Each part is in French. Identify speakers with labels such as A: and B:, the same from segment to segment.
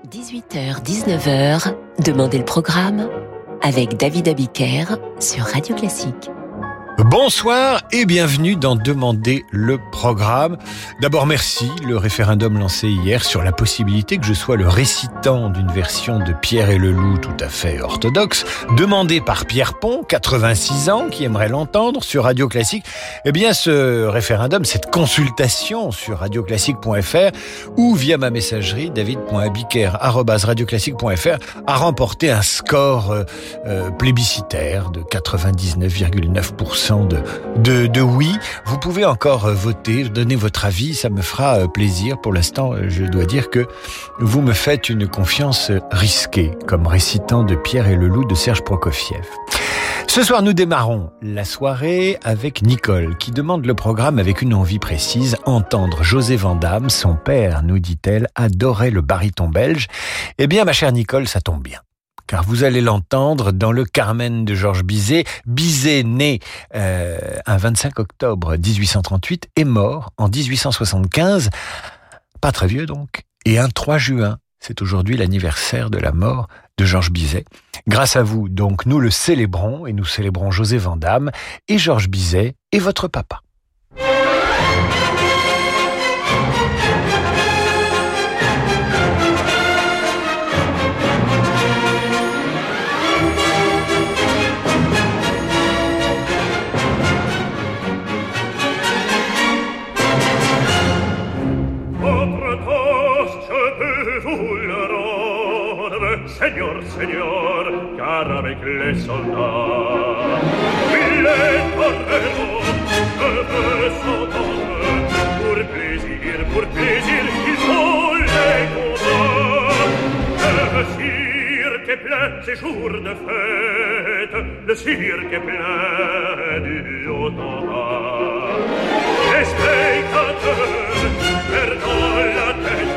A: 18h-19h, Demandez le programme avec David Abiker sur Radio Classique.
B: Bonsoir et bienvenue dans Demandez le programme. D'abord merci, le référendum lancé hier sur la possibilité que je sois le récitant d'une version de Pierre et le Loup tout à fait orthodoxe, demandé par Pierre Pont, 86 ans, qui aimerait l'entendre sur Radio Classique. Eh bien ce référendum, cette consultation sur radioclassique.fr ou via ma messagerie david.abiker@radioclassique.fr a remporté un score plébiscitaire de 99,9% de oui. Vous pouvez encore voter, donner votre avis, ça me fera plaisir. Pour l'instant, je dois dire que vous me faites une confiance risquée, comme récitant de Pierre et le Loup de Serge Prokofiev. Ce soir, nous démarrons la soirée avec Nicole, qui demande le programme avec une envie précise, entendre José Vandamme. Son père, nous dit-elle, adorait le baryton belge. Eh bien, ma chère Nicole, ça tombe bien, car vous allez l'entendre dans le Carmen de Georges Bizet. Bizet, né un 25 octobre 1838, est mort en 1875, pas très vieux donc, et un 3 juin. C'est aujourd'hui l'anniversaire de la mort de Georges Bizet. Grâce à vous, donc, nous le célébrons, et nous célébrons José Vandamme, et Georges Bizet, et votre papa.
C: Seigneur, car avec les soldats, il est torero, je veux s'entendre. Pour plaisir, il faut les combats. Le cirque est plein, ces jours de fête, le cirque est plein du haut en bas. Les spectateurs perdant la tête,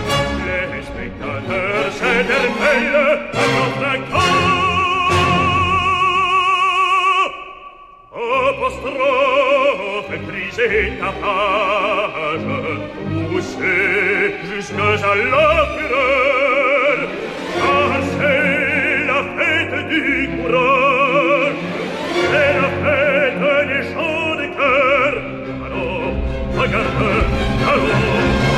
C: s'interpelle à notre corps. Apostrophe, cris et tapage, poussés jusqu'à la fureur, car c'est la fête du courage, c'est la fête des chants de cœur. Alors, regarde, alors,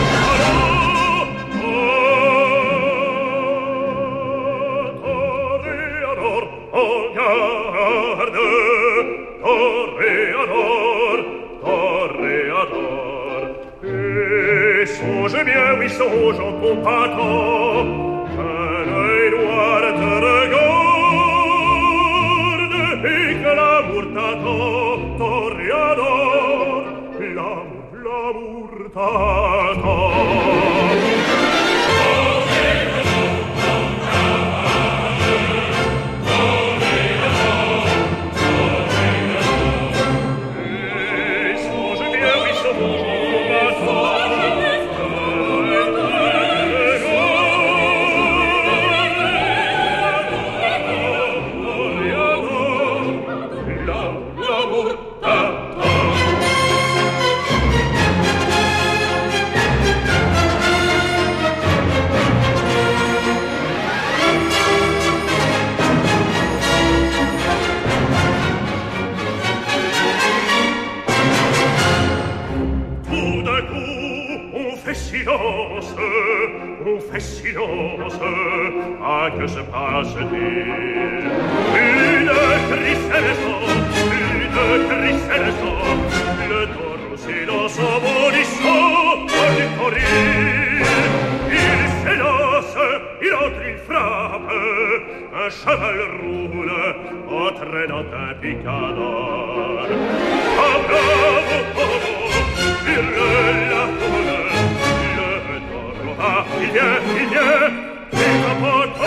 C: songe bien, oui, songe en compatant, qu'un œil noir te regarde, et que l'amour t'attend, toréador, l'amour t'attend. Silence, à que se passe-t-il? Une tristesse, le taureau s'élance en bondissant du toril. Il s'élance, il entre, il frappe, un cheval roule, entraînant un picador. Ah, bravo, hurle la foule. Ah, il vient, et comme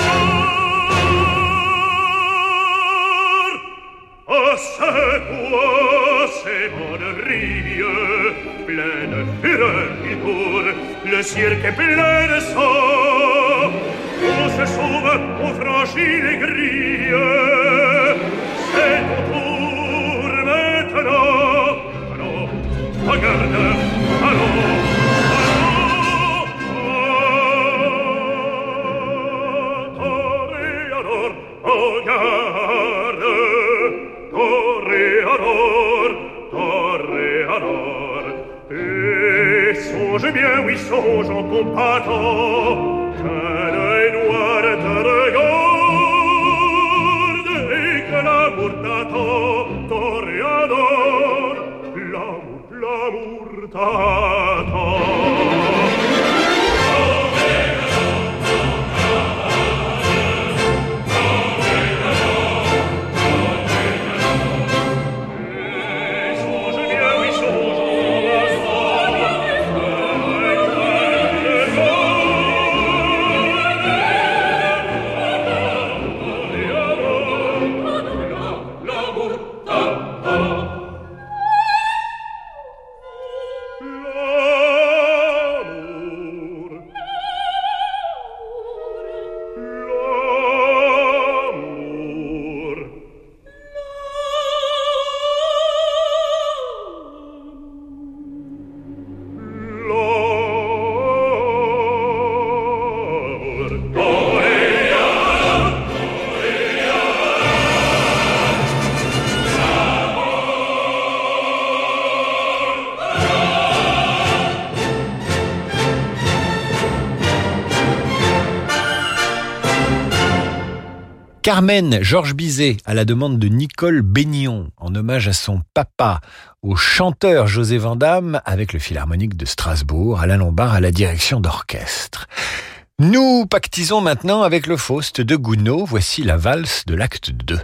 C: encore. Oh, c'est quoi ces bonneries, plein de fureur il court, le cirque est plein de sang. On se sauve, on franchit les grilles, c'est ton tour maintenant. Allons, regarde, allons. regarde, toréador, toréador. Et songe bien, oui, songe en combattant, qu'un œil noir te regarde, et que l'amour t'attend, toréador, l'amour t'attend.
B: Carmen, Georges Bizet, à la demande de Nicole Bénion, en hommage à son papa, au chanteur José Vandamme, avec le Philharmonique de Strasbourg, Alain Lombard à la direction d'orchestre. Nous pactisons maintenant avec le Faust de Gounod. Voici la valse de l'acte 2.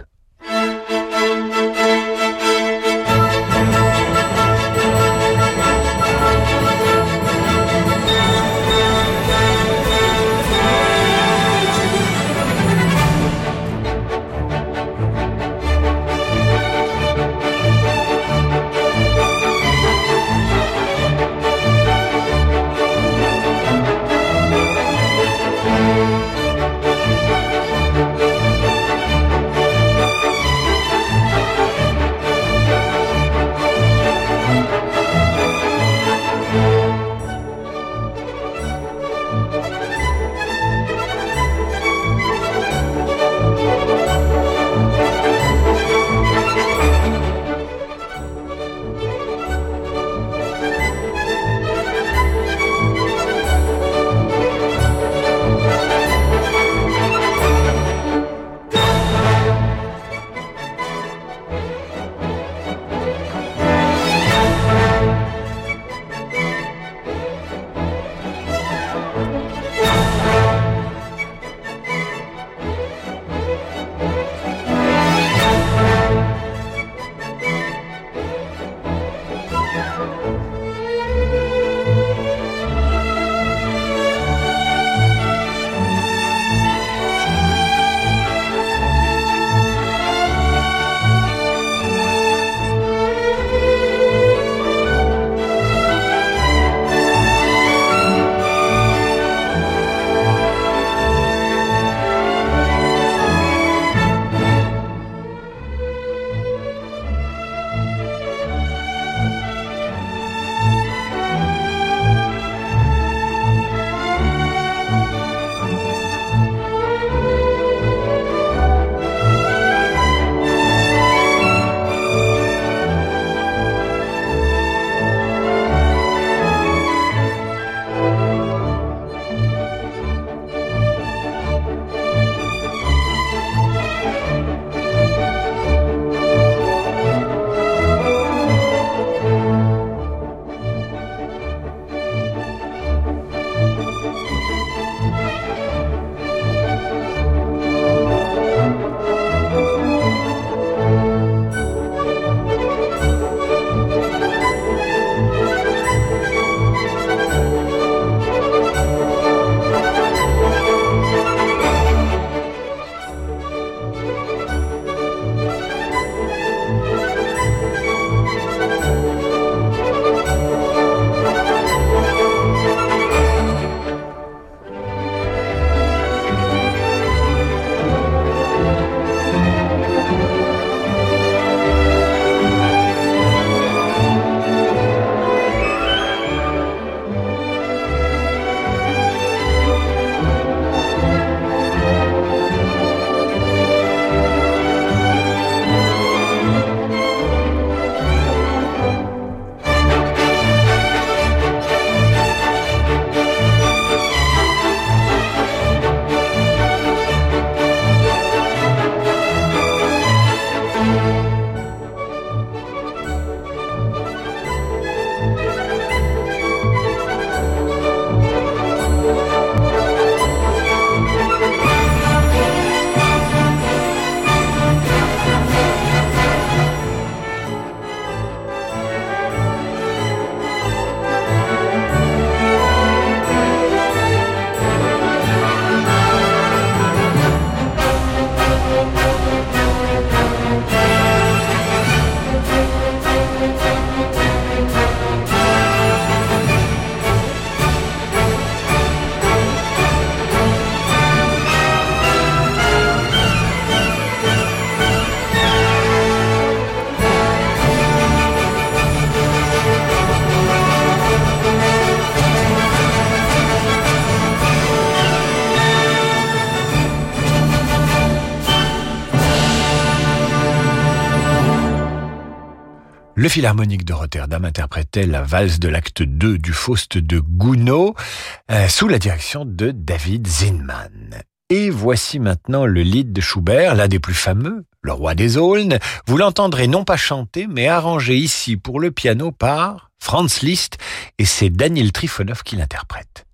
B: Le Philharmonique de Rotterdam interprétait la valse de l'acte 2 du Faust de Gounod sous la direction de David Zinman. Et voici maintenant le lied de Schubert, l'un des plus fameux, Le Roi des Aulnes. Vous l'entendrez non pas chanter, mais arrangé ici pour le piano par Franz Liszt, et c'est Daniel Trifonov qui l'interprète.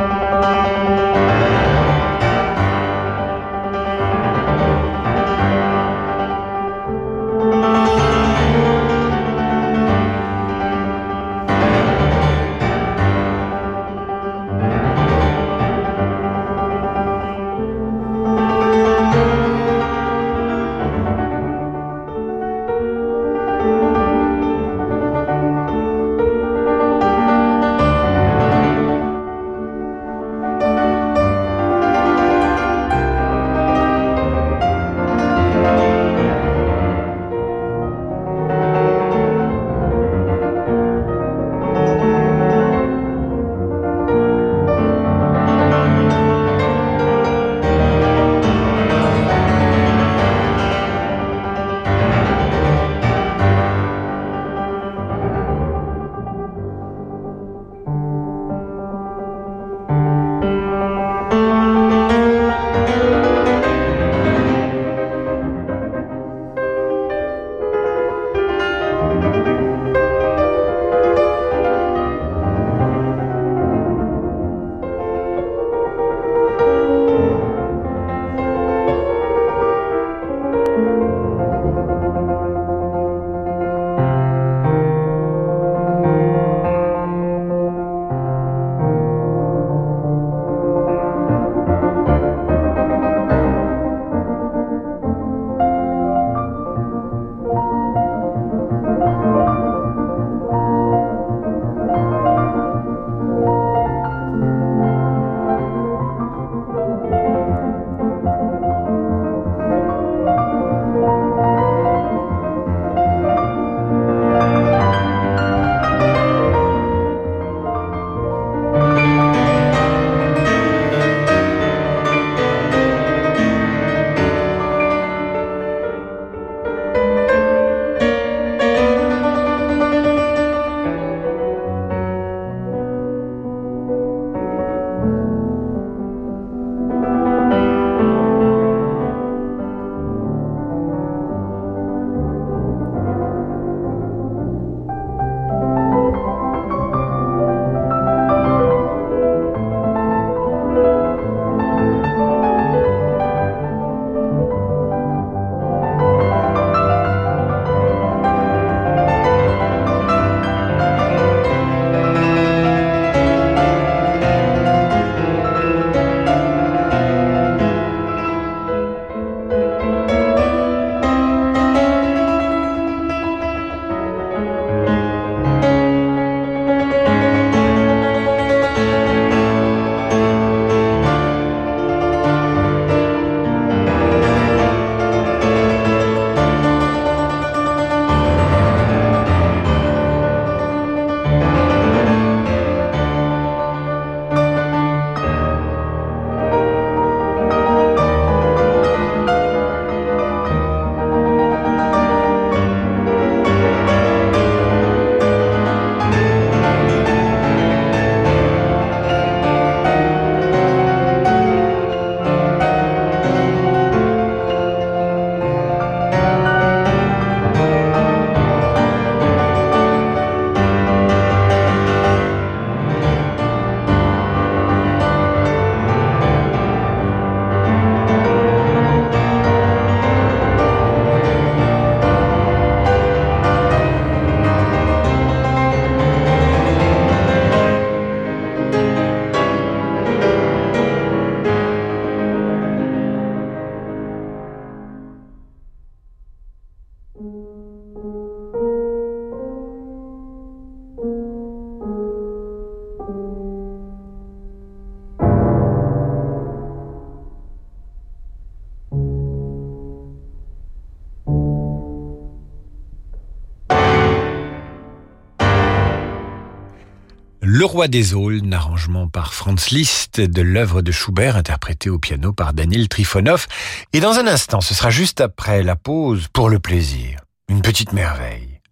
B: Le Roi des Aulnes, arrangement par Franz Liszt de l'œuvre de Schubert interprétée au piano par Daniel Trifonov. Et dans un instant, ce sera juste après la pause pour le plaisir. Une petite merveille.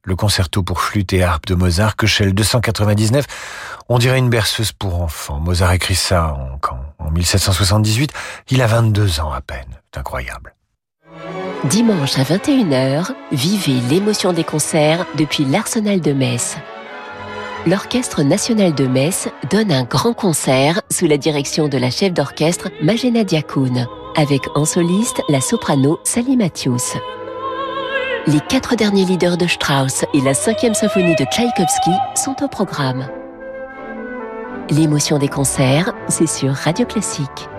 B: le concerto pour flûte et harpe de Mozart, Köchel 299. On dirait une berceuse pour enfants. Mozart écrit ça en 1778. Il a 22 ans à peine. C'est incroyable.
A: Dimanche à 21h, vivez l'émotion des concerts depuis l'Arsenal de Metz. L'Orchestre national de Metz donne un grand concert sous la direction de la chef d'orchestre Majena Diakoun, avec en soliste la soprano Sally Matthews. Les 4 derniers leaders de Strauss et la 5e symphonie de Tchaïkovski sont au programme. L'émotion des concerts, c'est sur Radio Classique.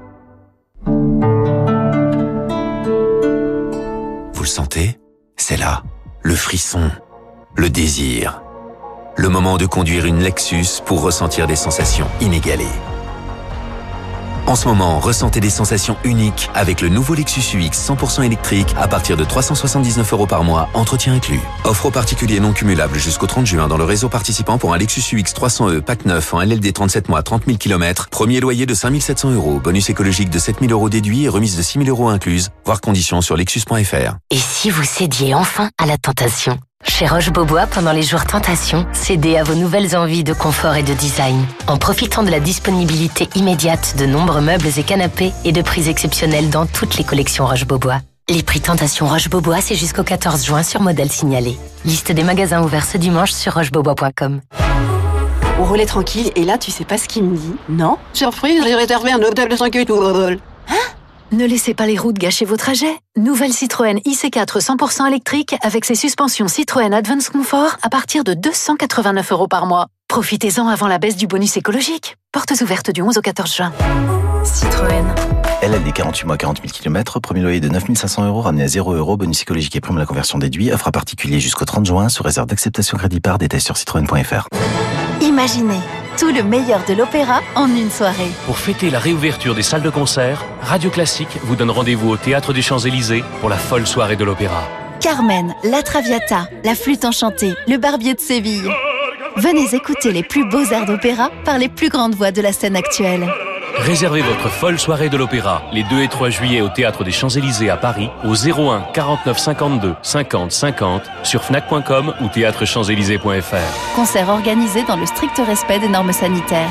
D: Vous le sentez ? C'est là, le frisson, le désir. Le moment de conduire une Lexus pour ressentir des sensations inégalées. En ce moment, ressentez des sensations uniques avec le nouveau Lexus UX 100% électrique à partir de 379 € par mois, entretien inclus. Offre aux particuliers non cumulable jusqu'au 30 juin dans le réseau participant pour un Lexus UX 300e pack 9 en LLD 37 mois 30 000 km. Premier loyer de 5 700 €, bonus écologique de 7 000 € déduit et remise de 6 000 € incluse. Voir conditions sur lexus.fr.
E: Et si vous cédiez enfin à la tentation ? Chez Roche-Beaubois, pendant les jours Tentation, cédez à vos nouvelles envies de confort et de design. En profitant de la disponibilité immédiate de nombreux meubles et canapés et de prix exceptionnels dans toutes les collections Roche-Beaubois. Les prix Tentation Roche-Beaubois, c'est jusqu'au 14 juin sur modèle signalé. Liste des magasins ouverts ce dimanche sur rochebeaubois.com.
F: On roulait tranquille et là, tu sais pas ce qu'il me dit. Non, surprise, j'ai réservé un hôtel de 5 étoiles.
G: Ne laissez pas les routes gâcher vos trajets. Nouvelle Citroën IC4 100% électrique avec ses suspensions Citroën Advance Comfort à partir de 289 € par mois. Profitez-en avant la baisse du bonus écologique. Portes ouvertes du 11 au 14 juin. Citroën.
H: LLD 48 mois 40 000 km, premier loyer de 9 500 €, ramené à 0 €, bonus écologique et prime à la conversion déduit, offre à particulier jusqu'au 30 juin, sous réserve d'acceptation crédit par, détails sur citroën.fr.
I: Imaginez tout le meilleur de l'opéra en une soirée.
J: Pour fêter la réouverture des salles de concert, Radio Classique vous donne rendez-vous au Théâtre des Champs-Élysées pour la folle soirée de l'opéra.
I: Carmen, la Traviata, la Flûte enchantée, le Barbier de Séville. Venez écouter les plus beaux airs d'opéra par les plus grandes voix de la scène actuelle.
J: Réservez votre folle soirée de l'opéra les 2 et 3 juillet au Théâtre des Champs-Élysées à Paris au 01 49 52 50 50 sur fnac.com ou théâtrechamps-élysées.fr.
I: Concert organisé dans le strict respect des normes sanitaires.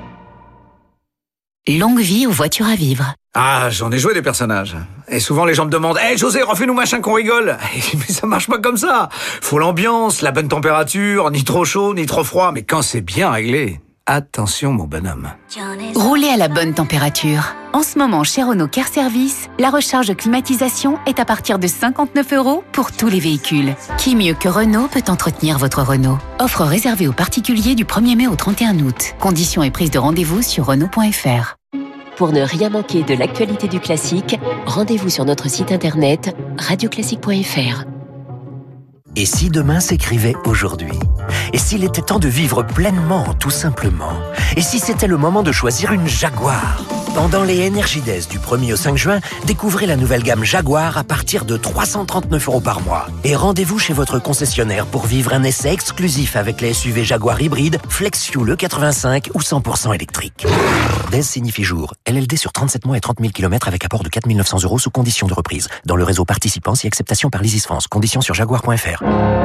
A: Longue vie aux voitures à vivre.
K: Ah, j'en ai joué des personnages. Et souvent les gens me demandent « Hey José, refais-nous machin qu'on rigole !» Mais ça marche pas comme ça. Faut l'ambiance, la bonne température, ni trop chaud, ni trop froid. Mais quand c'est bien réglé, attention mon bonhomme.
L: Roulez à la bonne température. En ce moment, chez Renault Care Service, la recharge climatisation est à partir de 59 € pour tous les véhicules. Qui mieux que Renault peut entretenir votre Renault ? Offre réservée aux particuliers du 1er mai au 31 août. Conditions et prise de rendez-vous sur Renault.fr.
A: Pour ne rien manquer de l'actualité du classique, rendez-vous sur notre site internet radioclassique.fr.
M: Et si demain s'écrivait aujourd'hui ? Et s'il était temps de vivre pleinement, tout simplement ? Et si c'était le moment de choisir une Jaguar ? Pendant les Energy Days du 1er au 5 juin, découvrez la nouvelle gamme Jaguar à partir de 339 € par mois. Et rendez-vous chez votre concessionnaire pour vivre un essai exclusif avec les SUV Jaguar hybride, FlexFuel E85 ou 100% électrique. Days signifie jour. LLD sur 37 mois et 30 000 km avec apport de 4 900 € sous condition de reprise. Dans le réseau participant, si acceptation par l'Isis France. Conditions sur jaguar.fr.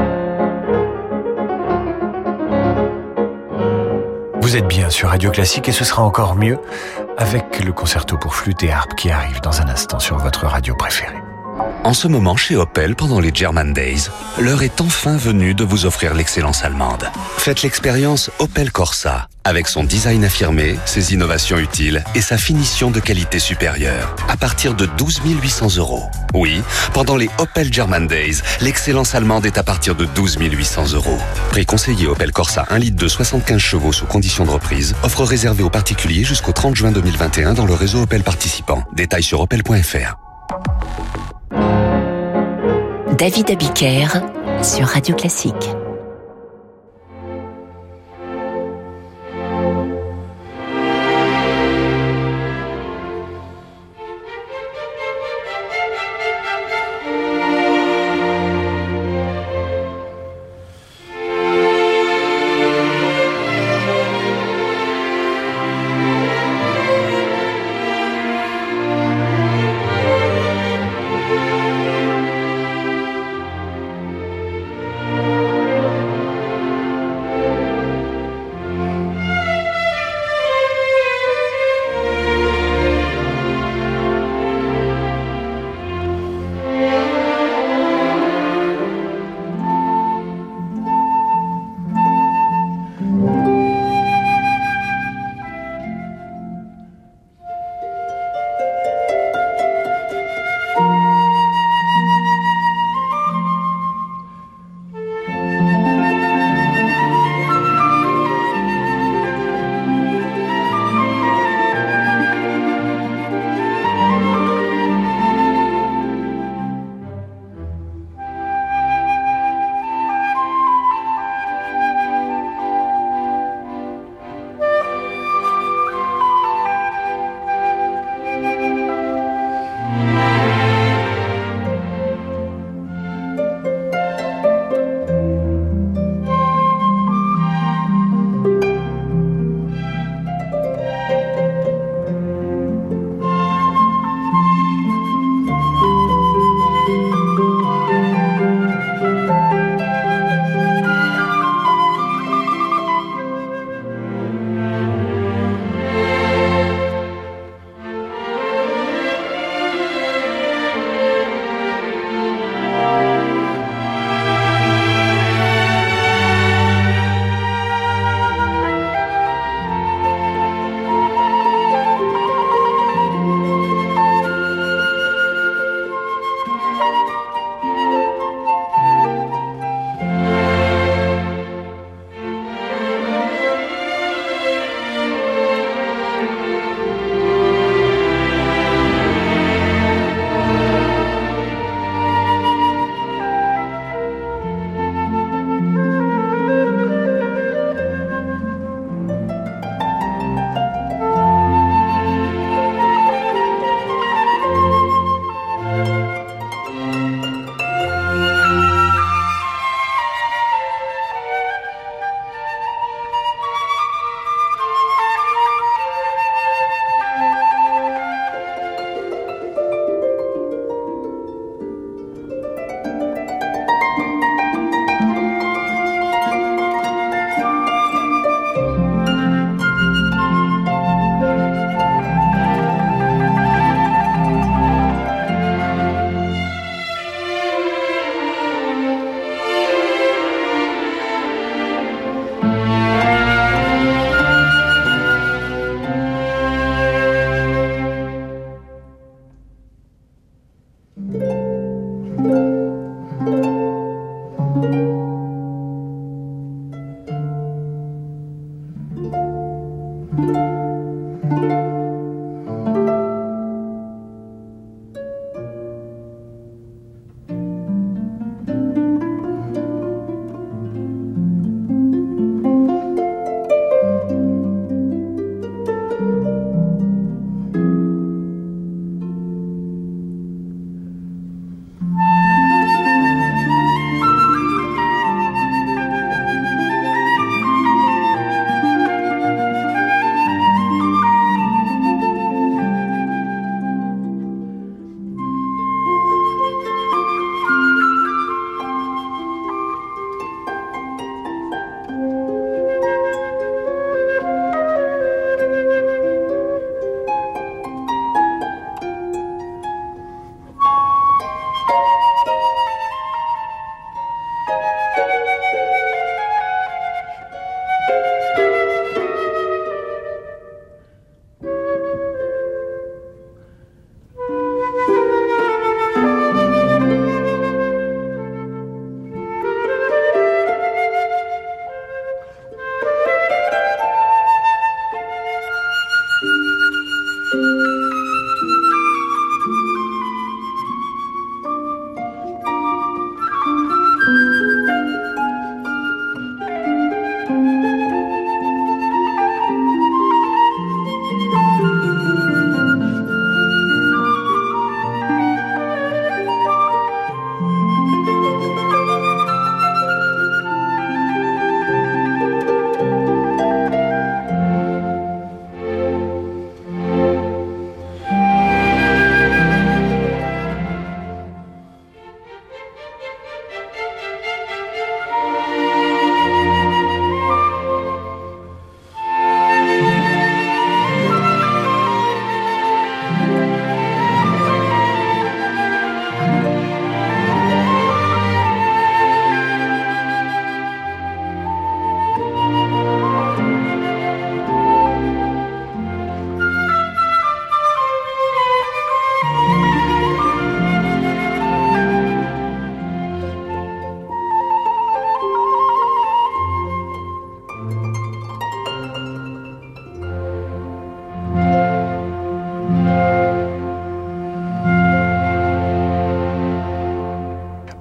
B: Vous êtes bien sur Radio Classique et ce sera encore mieux avec le concerto pour flûte et harpe qui arrive dans un instant sur votre radio préférée.
D: En ce moment, chez Opel, pendant les German Days, l'heure est enfin venue de vous offrir l'excellence allemande. Faites l'expérience Opel Corsa, avec son design affirmé, ses innovations utiles et sa finition de qualité supérieure, à partir de 12 800 €. Oui, pendant les Opel German Days, l'excellence allemande est à partir de 12 800 €. Prix conseillé Opel Corsa 1 litre de 75 chevaux sous condition de reprise. Offre réservée aux particuliers jusqu'au 30 juin 2021 dans le réseau Opel participant. Détails sur opel.fr.
A: David Abiker sur Radio Classique.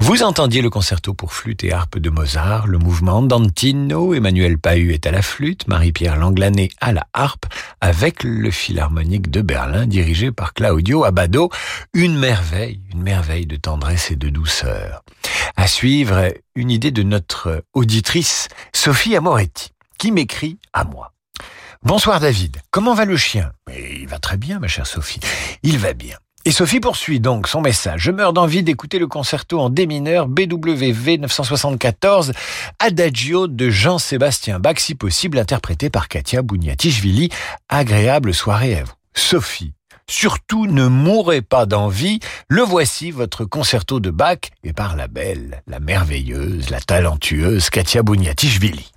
B: Vous entendiez le concerto pour flûte et harpe de Mozart, le mouvement andantino, Emmanuel Pahud est à la flûte, Marie-Pierre Langlanet à la harpe, avec le Philharmonique de Berlin dirigé par Claudio Abbado. Une merveille de tendresse et de douceur. À suivre, une idée de notre auditrice Sophie Amoretti, qui m'écrit à moi. Bonsoir David, comment va le chien? Il va très bien ma chère Sophie, il va bien. Et Sophie poursuit donc son message. Je meurs d'envie d'écouter le concerto en D mineur BWV 974 Adagio de Jean-Sébastien Bach, si possible interprété par Katia Bouniatichvili. Agréable soirée à vous. Sophie, surtout ne mourrez pas d'envie. Le voici, votre concerto de Bach, et par la belle, la merveilleuse, la talentueuse Katia Bouniatichvili.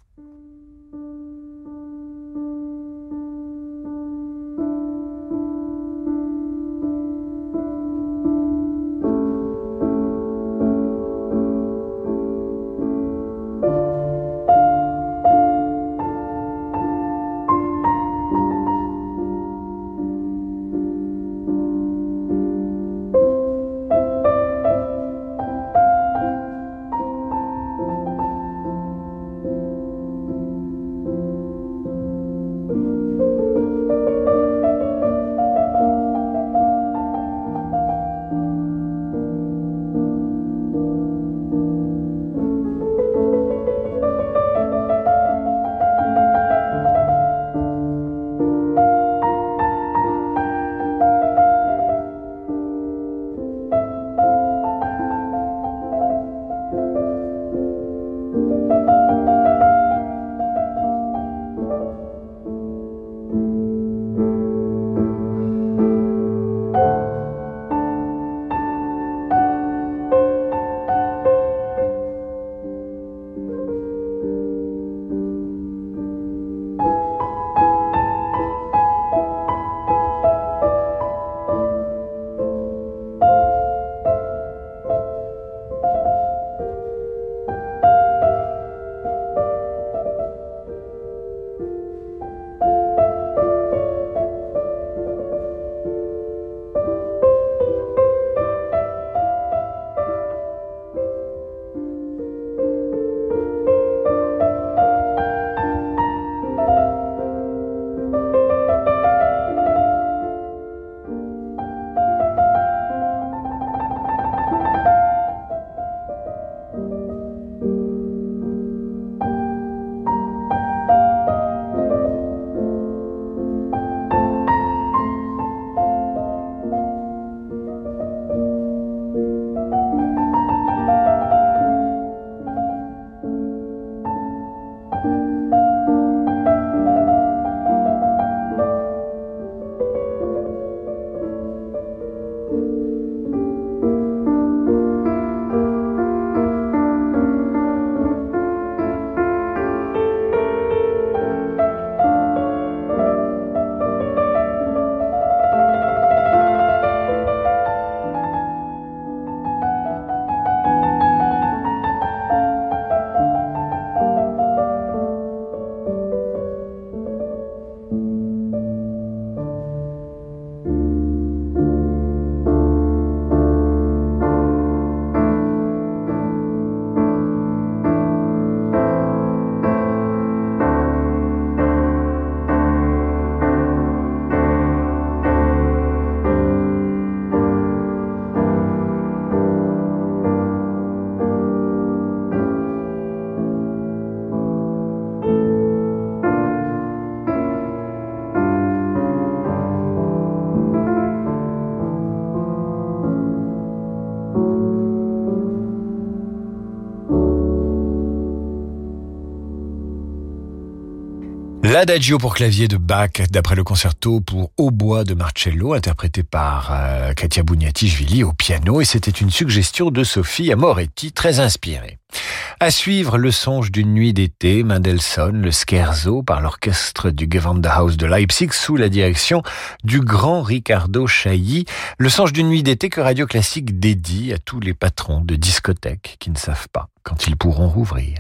B: L'Adagio pour clavier de Bach, d'après le concerto pour hautbois de Marcello, interprété par Katia Bouniatichvili au piano, et c'était une suggestion de Sophie Amoretti, très inspirée. À suivre, Le songe d'une nuit d'été, Mendelssohn, le Scherzo, par l'orchestre du Gewandhaus de Leipzig, sous la direction du grand Riccardo Chailly. Le songe d'une nuit d'été que Radio Classique dédie à tous les patrons de discothèques qui ne savent pas quand ils pourront rouvrir.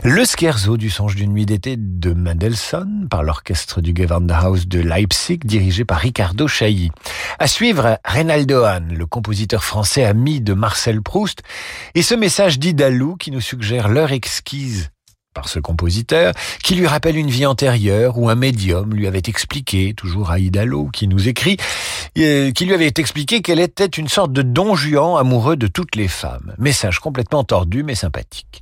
B: Le scherzo du Songe d'une nuit d'été de Mendelssohn par l'orchestre du Gewandhaus de Leipzig dirigé par Riccardo Chailly. À suivre, Reynaldo Hahn, le compositeur français ami de Marcel Proust, et ce message d'Idalou qui nous suggère l'heure exquise par ce compositeur, qui lui rappelle une vie antérieure où un médium lui avait expliqué, toujours à Idalou qui nous écrit, qui lui avait expliqué qu'elle était une sorte de Don Juan amoureux de toutes les femmes. Message complètement tordu mais sympathique.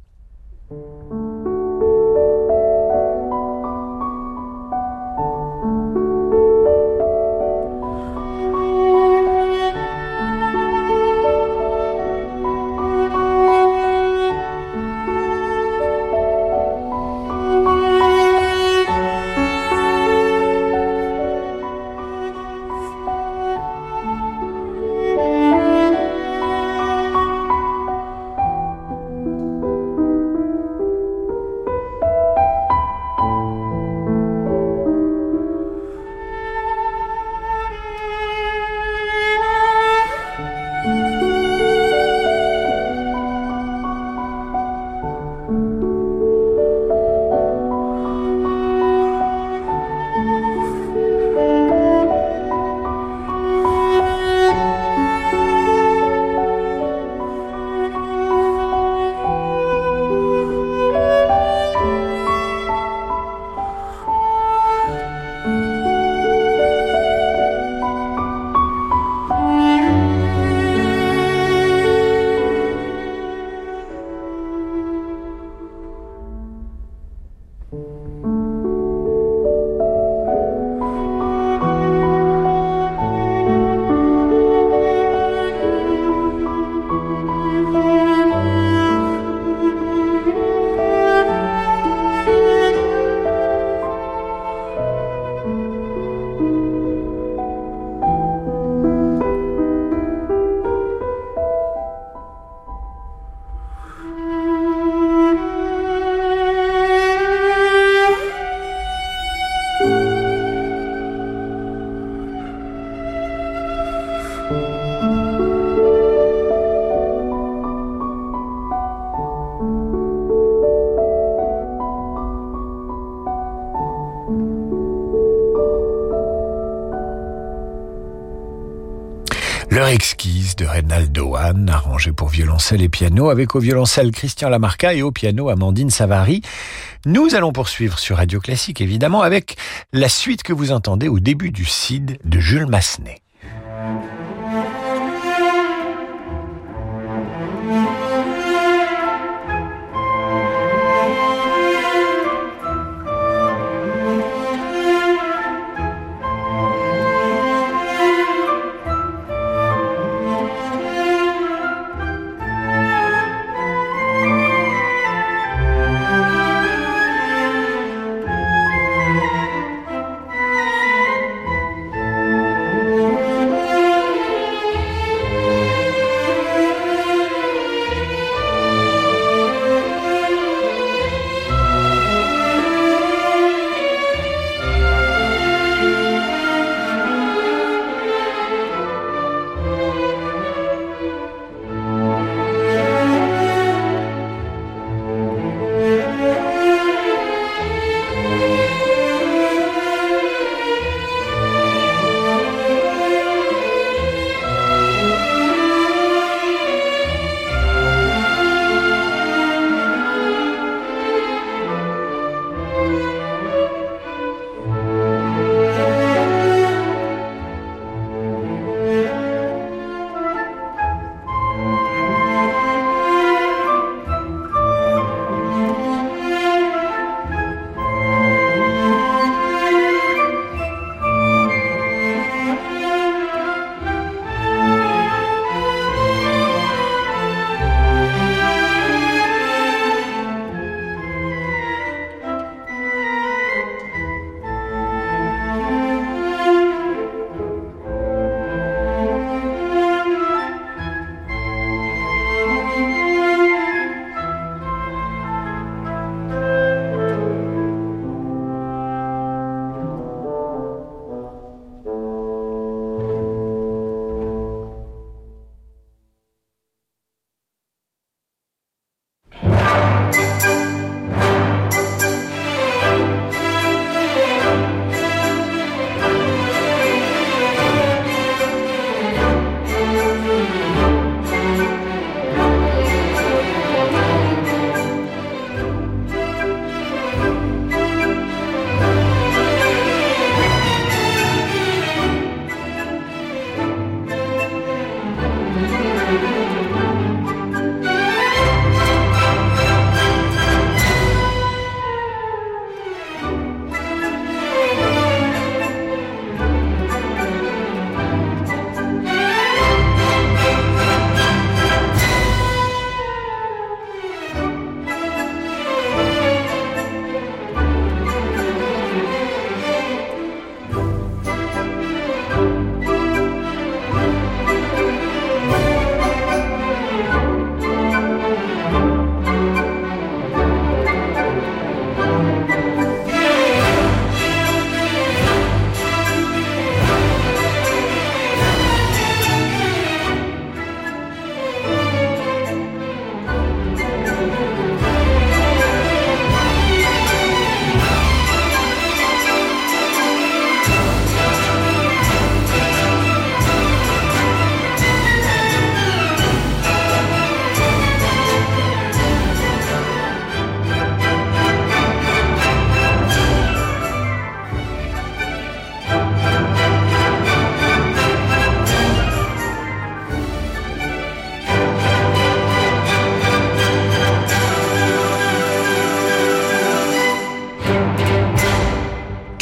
B: L'heure exquise de Reynaldo Hahn, arrangée pour violoncelle et piano, avec au violoncelle Christian Lamarca et au piano Amandine Savary. Nous allons poursuivre sur Radio Classique, évidemment, avec la suite que vous entendez au début du Cid de Jules Massenet.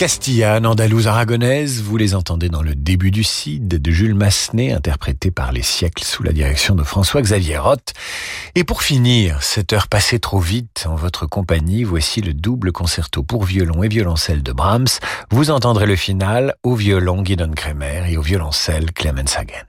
B: castillane, andalouse, aragonaise, vous les entendez dans le début du Cid de Jules Massenet, interprété par les siècles sous la direction de François-Xavier Roth. Et pour finir, cette heure passée trop vite en votre compagnie, voici le double concerto pour violon et violoncelle de Brahms. Vous entendrez le final au violon Gidon Kremer et au violoncelle Clemens Hagen.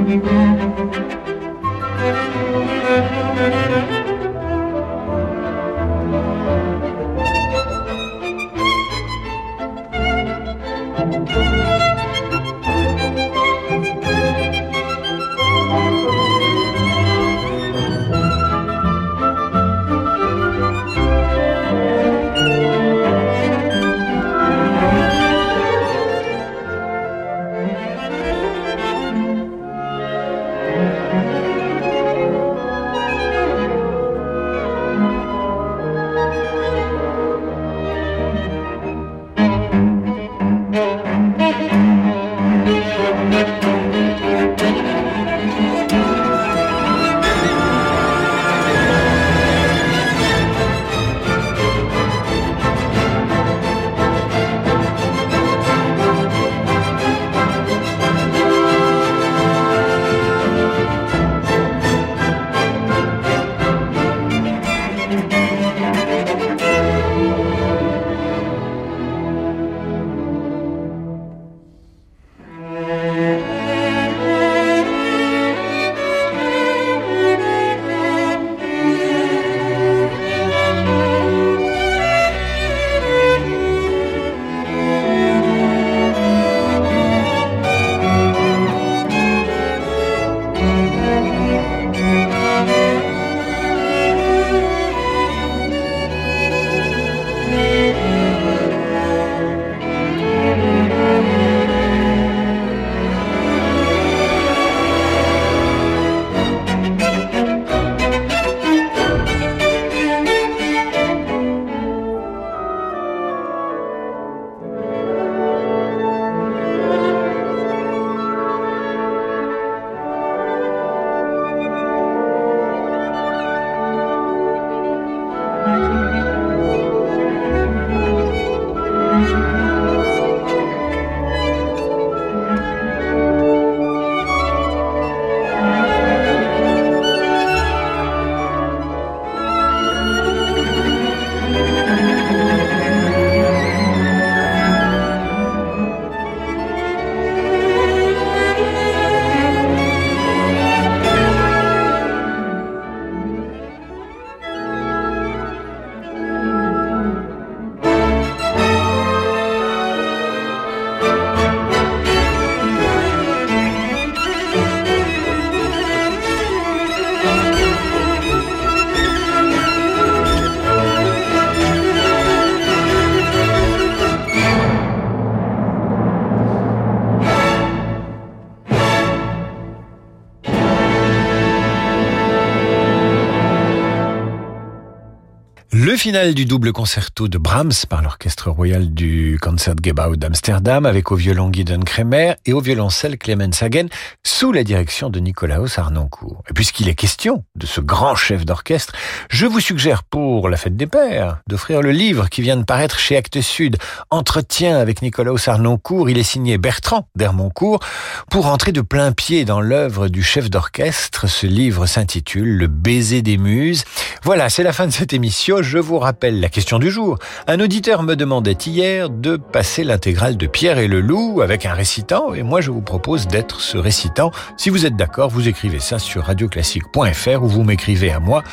B: Le final du double concerto de Brahms par l'Orchestre Royal du Concertgebouw d'Amsterdam avec au violon Gideon Kremer et au violoncelle Clemens Hagen sous la direction de Nicolaus Harnoncourt. Et puisqu'il est question de ce grand chef d'orchestre, je vous suggère pour la fête des pères d'offrir le livre qui vient de paraître chez Actes Sud, Entretien avec Nicolaus Harnoncourt. Il est signé Bertrand d'Hermoncourt pour entrer de plein pied dans l'œuvre du chef d'orchestre. Ce livre s'intitule Le baiser des muses. Voilà, c'est la fin de cette émission. Je vous rappelle la question du jour. Un auditeur me demandait hier de passer l'intégrale de Pierre et le Loup avec un récitant, et moi je vous propose d'être ce récitant. Si vous êtes d'accord, vous écrivez ça sur radioclassique.fr ou vous m'écrivez à moi,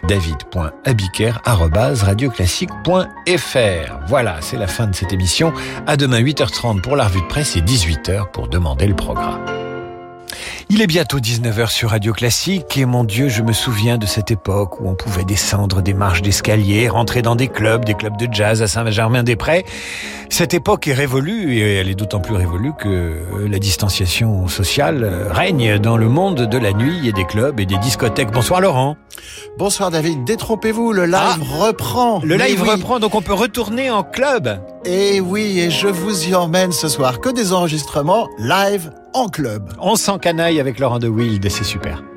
B: david.abiker@radioclassique.fr. Voilà, c'est la fin de cette émission. À demain 8h30 pour la revue de presse et 18h pour demander le programme. Il est bientôt 19h sur Radio Classique et mon Dieu, je me souviens de cette époque où on pouvait descendre des marches d'escalier, rentrer dans des clubs de jazz à Saint-Germain-des-Prés. Cette époque est révolue et elle est d'autant plus révolue que la distanciation sociale règne dans le monde de la nuit et des clubs et des discothèques. Bonsoir Laurent.
N: Bonsoir David, détrompez-vous, le live reprend.
B: Le live reprend, donc on peut retourner en club.
N: Et oui, et je vous y emmène ce soir, que des enregistrements live en club.
B: On s'encanaille avec Laurent de Wild et c'est super.